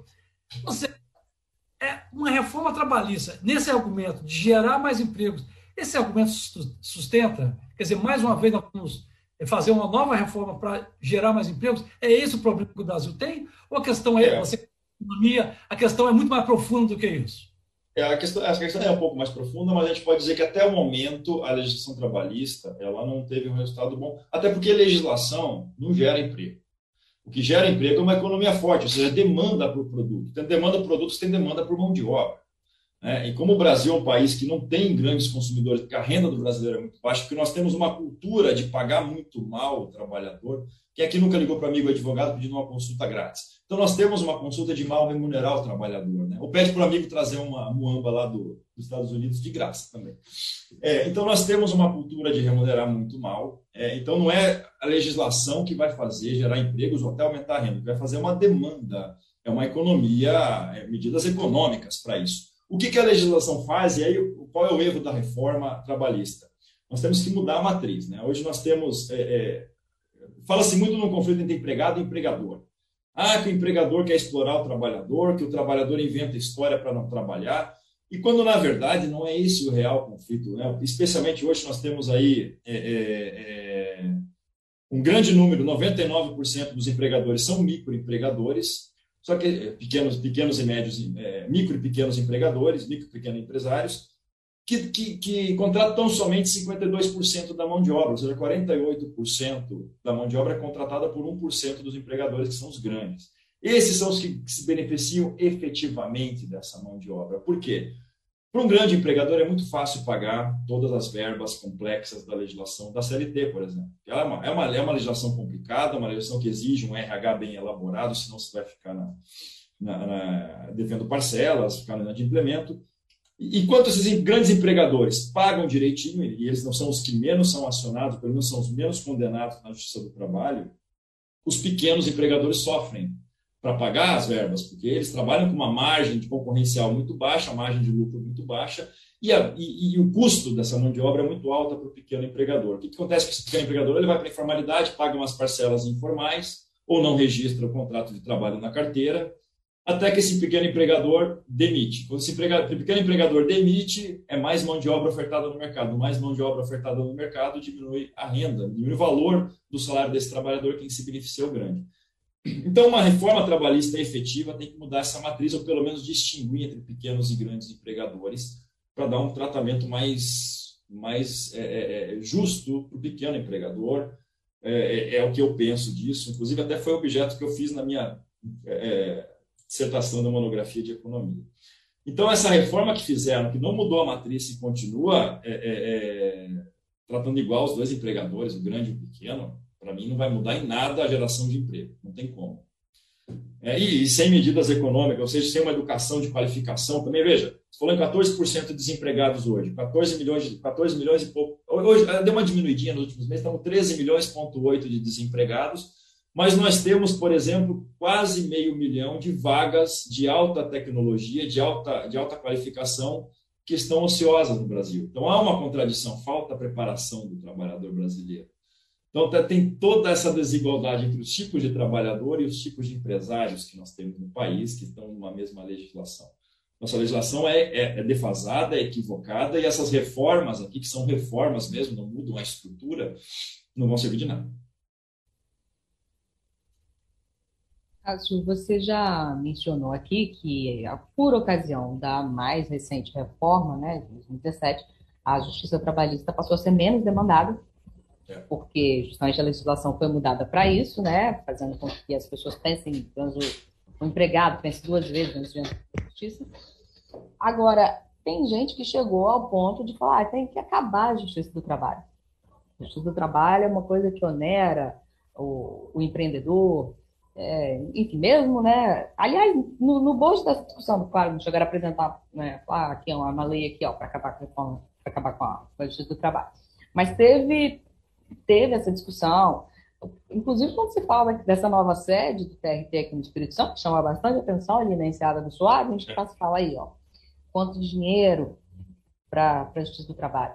Uma reforma trabalhista, nesse argumento de gerar mais empregos, esse argumento sustenta? Quer dizer, mais uma vez, nós vamos fazer uma nova reforma para gerar mais empregos? É esse o problema que o Brasil tem? Ou a questão a questão é muito mais profunda do que isso? A questão é um pouco mais profunda, mas a gente pode dizer que até o momento a legislação trabalhista ela não teve um resultado bom, até porque a legislação não gera emprego. O que gera emprego é uma economia forte, ou seja, demanda por produto. Tem demanda por produtos, tem demanda por mão de obra. Né? E como o Brasil é um país que não tem grandes consumidores, porque a renda do brasileiro é muito baixa, porque nós temos uma cultura de pagar muito mal o trabalhador. Quem aqui nunca ligou para amigo advogado pedindo uma consulta grátis? Então, nós temos uma consulta de mal remunerar o trabalhador. Né? Ou pede para o amigo trazer uma muamba lá dos Estados Unidos de graça também. Então, nós temos uma cultura de remunerar muito mal. Então, não é a legislação que vai fazer gerar empregos ou até aumentar a renda. Vai fazer uma demanda, é uma economia, medidas econômicas para isso. O que a legislação faz? E aí, qual é o erro da reforma trabalhista? Nós temos que mudar a matriz. Né? Hoje nós temos... Fala-se muito no conflito entre empregado e empregador. Que o empregador quer explorar o trabalhador, que o trabalhador inventa história para não trabalhar. E quando, na verdade, não é esse o real conflito. Né? Especialmente hoje nós temos aí um grande número, 99% dos empregadores são microempregadores, só que pequenos e médios, micro e pequenos empregadores, micro e pequenos empresários, que contratam somente 52% da mão de obra, ou seja, 48% da mão de obra é contratada por 1% dos empregadores, que são os grandes. Esses são os que se beneficiam efetivamente dessa mão de obra. Por quê? Para um grande empregador é muito fácil pagar todas as verbas complexas da legislação da CLT, por exemplo. Ela é uma legislação complicada, uma legislação que exige um RH bem elaborado, senão você vai ficar devendo parcelas, ficar na de implemento. Enquanto esses grandes empregadores pagam direitinho, e eles não são os que menos são acionados, pelo menos são os menos condenados na Justiça do Trabalho, os pequenos empregadores sofrem para pagar as verbas, porque eles trabalham com uma margem de concorrencial muito baixa, a margem de lucro muito baixa, e o custo dessa mão de obra é muito alta para o pequeno empregador. O que acontece com esse pequeno empregador? Ele vai para a informalidade, paga umas parcelas informais, ou não registra o contrato de trabalho na carteira, até que esse pequeno empregador demite. Quando esse pequeno empregador demite, é mais mão de obra ofertada no mercado. Mais mão de obra ofertada no mercado diminui a renda, diminui o valor do salário desse trabalhador, quem se beneficia é o grande. Então, uma reforma trabalhista efetiva tem que mudar essa matriz, ou pelo menos distinguir entre pequenos e grandes empregadores, para dar um tratamento mais justo para o pequeno empregador. É o que eu penso disso. Inclusive, até foi objeto que eu fiz na minha... dissertação da monografia de economia. Então, essa reforma que fizeram, que não mudou a matriz e continua tratando igual os dois empregadores, o grande e o pequeno, para mim não vai mudar em nada a geração de emprego, não tem como. E sem medidas econômicas, ou seja, sem uma educação de qualificação, também, veja, você falou em 14% de desempregados hoje, 14 milhões e pouco, hoje deu uma diminuidinha nos últimos meses, estamos 13,8 milhões de desempregados, mas nós temos, por exemplo, quase 500 mil de vagas de alta tecnologia, de alta qualificação, que estão ociosas no Brasil. Então, há uma contradição, falta preparação do trabalhador brasileiro. Então, tem toda essa desigualdade entre os tipos de trabalhador e os tipos de empresários que nós temos no país, que estão numa mesma legislação. Nossa legislação é defasada, é equivocada, e essas reformas aqui, que são reformas mesmo, não mudam a estrutura, não vão servir de nada. Cássio, você já mencionou aqui que, por ocasião da mais recente reforma, né, de 2017, a Justiça Trabalhista passou a ser menos demandada, porque justamente a legislação foi mudada para isso, né, fazendo com que as pessoas pensem, o empregado pense duas vezes antes de entrar na Justiça. Agora, tem gente que chegou ao ponto de falar, tem que acabar a Justiça do Trabalho. A Justiça do Trabalho é uma coisa que onera o empreendedor, enfim, mesmo, né? Aliás, no bojo dessa discussão, claro, não chegaram a apresentar, né? Falar aqui uma lei aqui, ó, para acabar com a reforma, para acabar com a Justiça do Trabalho. Mas teve essa discussão. Inclusive, quando se fala dessa nova sede do TRT aqui no Espírito Santo, que chama bastante atenção ali na Enseada do Suave, a gente fala aí, ó, quanto de dinheiro para a Justiça do Trabalho.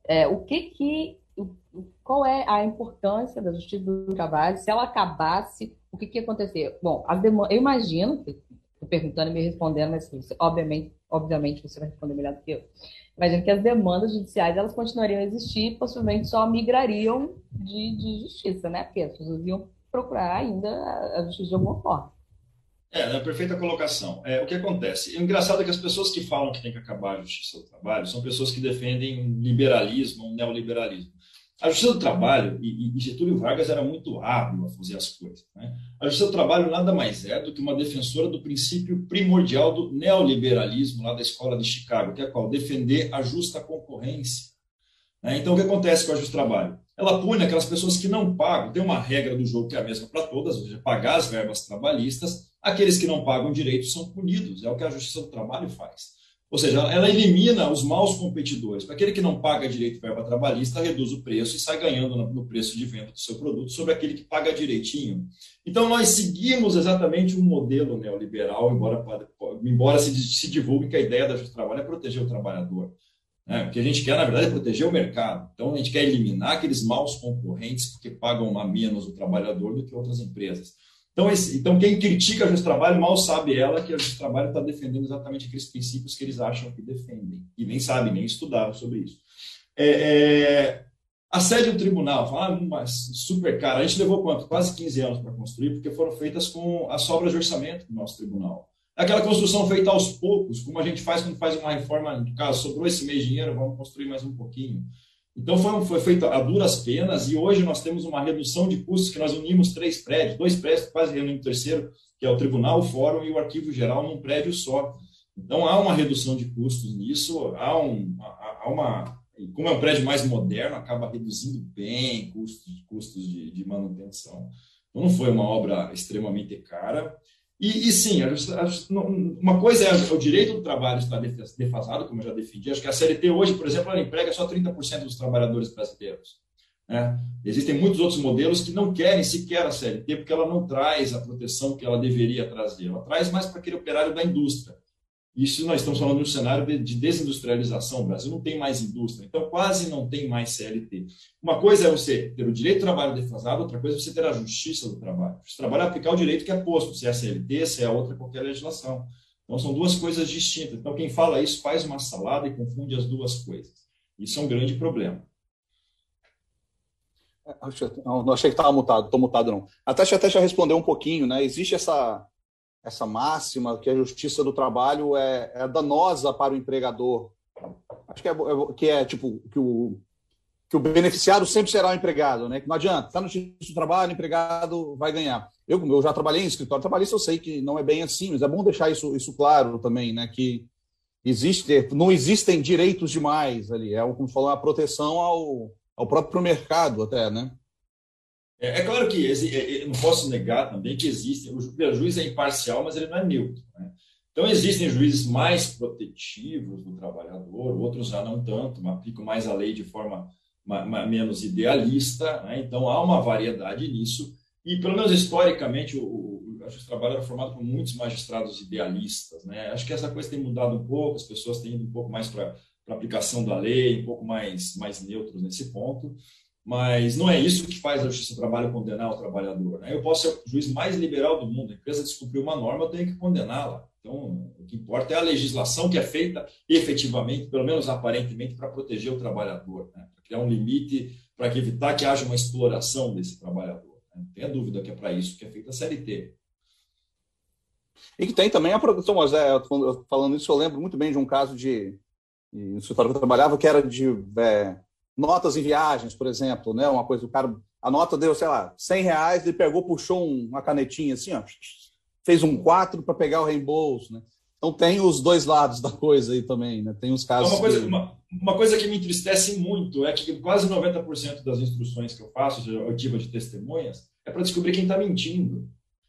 Qual é a importância da Justiça do Trabalho? Se ela acabasse, o que ia acontecer? Bom, eu imagino, estou perguntando e me respondendo, mas você, obviamente você vai responder melhor do que eu. Imagino que as demandas judiciais elas continuariam a existir, possivelmente só migrariam de justiça, né? Porque as pessoas iam procurar ainda a justiça de alguma forma. Perfeita colocação. O que acontece? O engraçado é que as pessoas que falam que tem que acabar a Justiça do Trabalho são pessoas que defendem um liberalismo, um neoliberalismo. A Justiça do Trabalho, e Getúlio Vargas era muito hábil a fazer as coisas, né? A Justiça do Trabalho nada mais é do que uma defensora do princípio primordial do neoliberalismo lá da Escola de Chicago, que é qual? Defender a justa concorrência. Então, o que acontece com a Justiça do Trabalho? Ela pune aquelas pessoas que não pagam. Tem uma regra do jogo que é a mesma para todas, ou seja, pagar as verbas trabalhistas. Aqueles que não pagam direitos são punidos. É o que a Justiça do Trabalho faz. Ou seja, ela elimina os maus competidores. Para aquele que não paga direito de verba trabalhista, reduz o preço e sai ganhando no preço de venda do seu produto sobre aquele que paga direitinho. Então, nós seguimos exatamente um modelo neoliberal, embora se divulgue que a ideia da Justiça do Trabalho é proteger o trabalhador. O que a gente quer, na verdade, é proteger o mercado. Então, a gente quer eliminar aqueles maus concorrentes porque pagam a menos o trabalhador do que outras empresas. Então, quem critica a Justiça do Trabalho mal sabe ela que a Justiça do Trabalho está defendendo exatamente aqueles princípios que eles acham que defendem. E nem sabem, nem estudaram sobre isso. A sede do tribunal, super cara. A gente levou quanto? Quase 15 anos para construir, porque foram feitas com as sobras de orçamento do nosso tribunal. Aquela construção feita aos poucos, como a gente faz quando faz uma reforma, no caso, sobrou esse mês de dinheiro, vamos construir mais um pouquinho. Então, foi feito a duras penas e hoje nós temos uma redução de custos que nós unimos 3 prédios, 2 prédios, quase reunimos o terceiro, que é o Tribunal, o Fórum e o Arquivo Geral num prédio só. Então, há uma redução de custos nisso, como é um prédio mais moderno, acaba reduzindo bem custos de manutenção. Então, não foi uma obra extremamente cara. E sim, uma coisa é o direito do trabalho estar defasado, como eu já defendi. Acho que a CLT hoje, por exemplo, ela emprega só 30% dos trabalhadores brasileiros. Existem muitos outros modelos que não querem sequer a CLT, porque ela não traz a proteção que ela deveria trazer. Ela traz mais para aquele operário da indústria. Isso nós estamos falando de um cenário de desindustrialização. O Brasil não tem mais indústria, então quase não tem mais CLT. Uma coisa é você ter o direito do trabalho defasado, outra coisa é você ter a justiça do trabalho. O trabalho é aplicar o direito que é posto, se é a CLT, se é outra qualquer legislação. Então são duas coisas distintas. Então quem fala isso faz uma salada e confunde as duas coisas. Isso é um grande problema. Não achei que estava mutado, estou mutado não. A Tati até já respondeu um pouquinho, né? Existe essa máxima que a justiça do trabalho é danosa para o empregador. Acho que é tipo que o beneficiário sempre será o empregado, né? Que não adianta, está no justiça do trabalho, o empregado vai ganhar. Eu já trabalhei em escritório trabalhista, eu sei que não é bem assim, mas é bom deixar isso claro também, né? Que não existem direitos demais ali, como falou, a proteção ao próprio mercado até, né? É claro que eu não posso negar também que existe, o juiz é imparcial, mas ele não é neutro, né? Então, existem juízes mais protetivos do trabalhador, outros já não tanto, aplicam mais a lei de forma menos idealista, né? Então, há uma variedade nisso, e pelo menos historicamente, a Justiça do Trabalho era formado por muitos magistrados idealistas, né? Acho que essa coisa tem mudado um pouco, as pessoas têm ido um pouco mais para a aplicação da lei, um pouco mais neutros nesse ponto. Mas não é isso que faz a Justiça do Trabalho condenar o trabalhador, né? Eu posso ser o juiz mais liberal do mundo, a empresa descumpriu uma norma, eu tenho que condená-la. Então, o que importa é a legislação que é feita efetivamente, pelo menos aparentemente, para proteger o trabalhador, né? Para criar um limite, para evitar que haja uma exploração desse trabalhador, né? Não tenha dúvida que é para isso que é feita a CLT. E que tem também a produção, mas falando isso, eu lembro muito bem de um caso no escritório que eu trabalhava, que era de notas em viagens, por exemplo, né? Uma coisa, o cara, a nota deu, sei lá, R$100, ele pegou, puxou uma canetinha assim, ó, fez um 4 para pegar o reembolso, né? Então tem os dois lados da coisa aí também, né? Tem os casos. Uma coisa que me entristece muito é que quase 90% das instruções que eu faço, eu tive de testemunhas, é para descobrir quem está mentindo.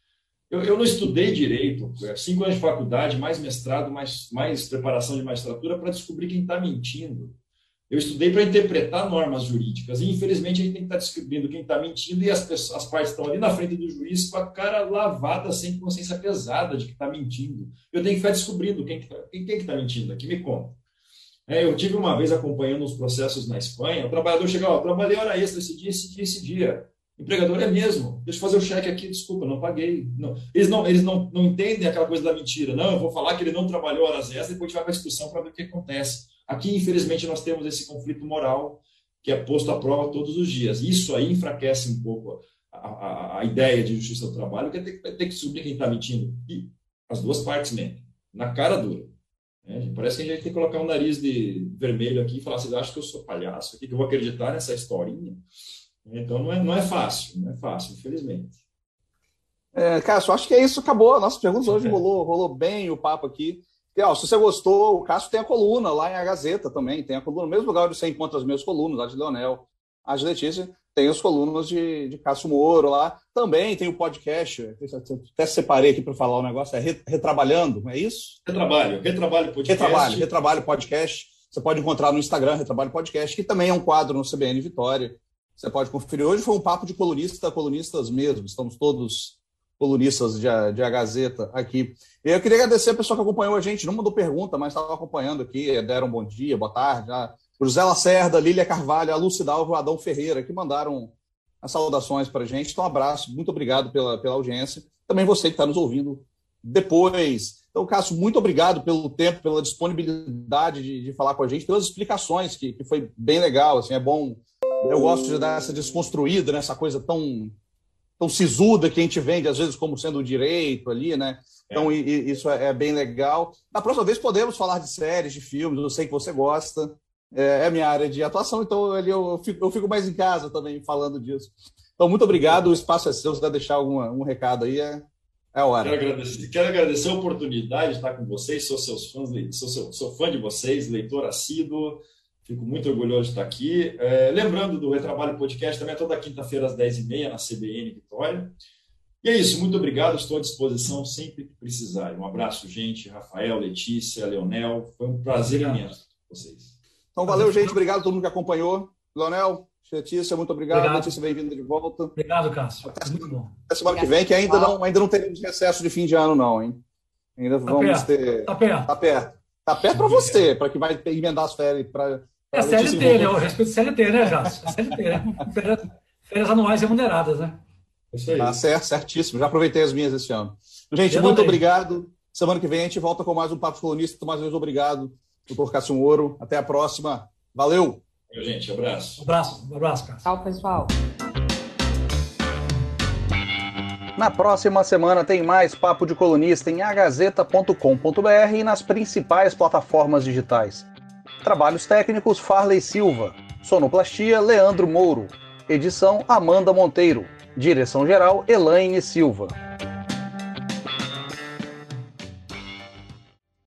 Eu não estudei direito, 5 anos de faculdade, mais mestrado, mais preparação de magistratura para descobrir quem está mentindo. Eu estudei para interpretar normas jurídicas e, infelizmente, a gente tem que estar descobrindo quem está mentindo e as partes estão ali na frente do juiz com a cara lavada, sem consciência pesada de que está mentindo. Eu tenho que ficar descobrindo quem está mentindo aqui, me conta. Eu tive uma vez acompanhando os processos na Espanha, o trabalhador chegava, trabalhei hora extra esse dia. O empregador é mesmo, deixa eu fazer o cheque aqui, desculpa, não paguei. Não. Eles não entendem aquela coisa da mentira. Não, eu vou falar que ele não trabalhou horas extras e depois a gente vai para a discussão para ver o que acontece. Aqui, infelizmente, nós temos esse conflito moral que é posto à prova todos os dias. Isso aí enfraquece um pouco a ideia de justiça do trabalho, que é ter que descobrir quem está mentindo. E as duas partes mentem, na cara dura. Parece que a gente tem que colocar um nariz de vermelho aqui e falar, vocês acham que eu sou palhaço? Que eu vou acreditar nessa historinha? Então, não é fácil, infelizmente. Cássio, acho que é isso, acabou. Nossas perguntas hoje rolou bem o papo aqui. E, se você gostou, o Cássio tem a coluna lá em A Gazeta também, tem a coluna, no mesmo lugar onde você encontra as minhas colunas, a de Leonel, a de Letícia, tem as colunas de Cássio Moro lá, também tem o podcast, até separei aqui para falar o negócio, Retrabalhando, é isso? Retrabalho Podcast. Retrabalho Podcast, você pode encontrar no Instagram, Retrabalho Podcast, que também é um quadro no CBN Vitória, você pode conferir. Hoje foi um papo de colunistas mesmo, estamos todos colunistas de A Gazeta aqui. E eu queria agradecer a pessoa que acompanhou a gente, não mandou pergunta, mas estava acompanhando aqui, deram um bom dia, boa tarde, o José Lacerda, Lília Carvalho, a Lúcia Dalva, o Adão Ferreira, que mandaram as saudações para a gente. Então, um abraço, muito obrigado pela audiência. Também você que está nos ouvindo depois. Então, Cássio, muito obrigado pelo tempo, pela disponibilidade de falar com a gente, pelas explicações, que foi bem legal, assim, é bom. Eu gosto de dar essa desconstruída, né, essa coisa tão sisuda que a gente vende, às vezes, como sendo o direito ali, né? Então, isso é bem legal. Na próxima vez podemos falar de séries, de filmes, eu sei que você gosta, é a minha área de atuação, então eu fico mais em casa também falando disso. Então, muito obrigado, o espaço é seu, se quiser deixar algum recado aí, é a hora. Quero agradecer a oportunidade de estar com vocês, sou seus fãs, sou fã de vocês, leitor assíduo, fico muito orgulhoso de estar aqui. Lembrando do Retrabalho Podcast, também é toda quinta-feira às 10h30 na CBN Vitória. E é isso, muito obrigado, estou à disposição sempre que precisarem. Um abraço, gente, Rafael, Letícia, Leonel, foi um prazer imenso com vocês. Então, valeu, gente, obrigado a todo mundo que acompanhou. Leonel, Letícia, muito obrigado. Letícia, bem-vinda de volta. Obrigado, Cássio, muito bom. Até semana que vem, que ainda não teremos recesso de fim de ano, não, hein? Ainda vamos ter... Tá perto. Tá perto para você, para que vai emendar as férias. É CLT, né? Eu respeito CLT, né, Cássio? É CLT, né? Férias anuais remuneradas, né? Isso aí. Tá certo, certíssimo. Já aproveitei as minhas esse ano. Gente, muito obrigado. Semana que vem a gente volta com mais um Papo Colunista. Mais uma vez, obrigado, doutor Cássio Moro. Até a próxima. Valeu. Gente, abraço. Abraço, Cássio. Tchau, pessoal. Na próxima semana tem mais Papo de Colunista em agazeta.com.br e nas principais plataformas digitais. Trabalhos técnicos Farley Silva. Sonoplastia Leandro Mouro. Edição Amanda Monteiro. Direção-geral Elaine Silva.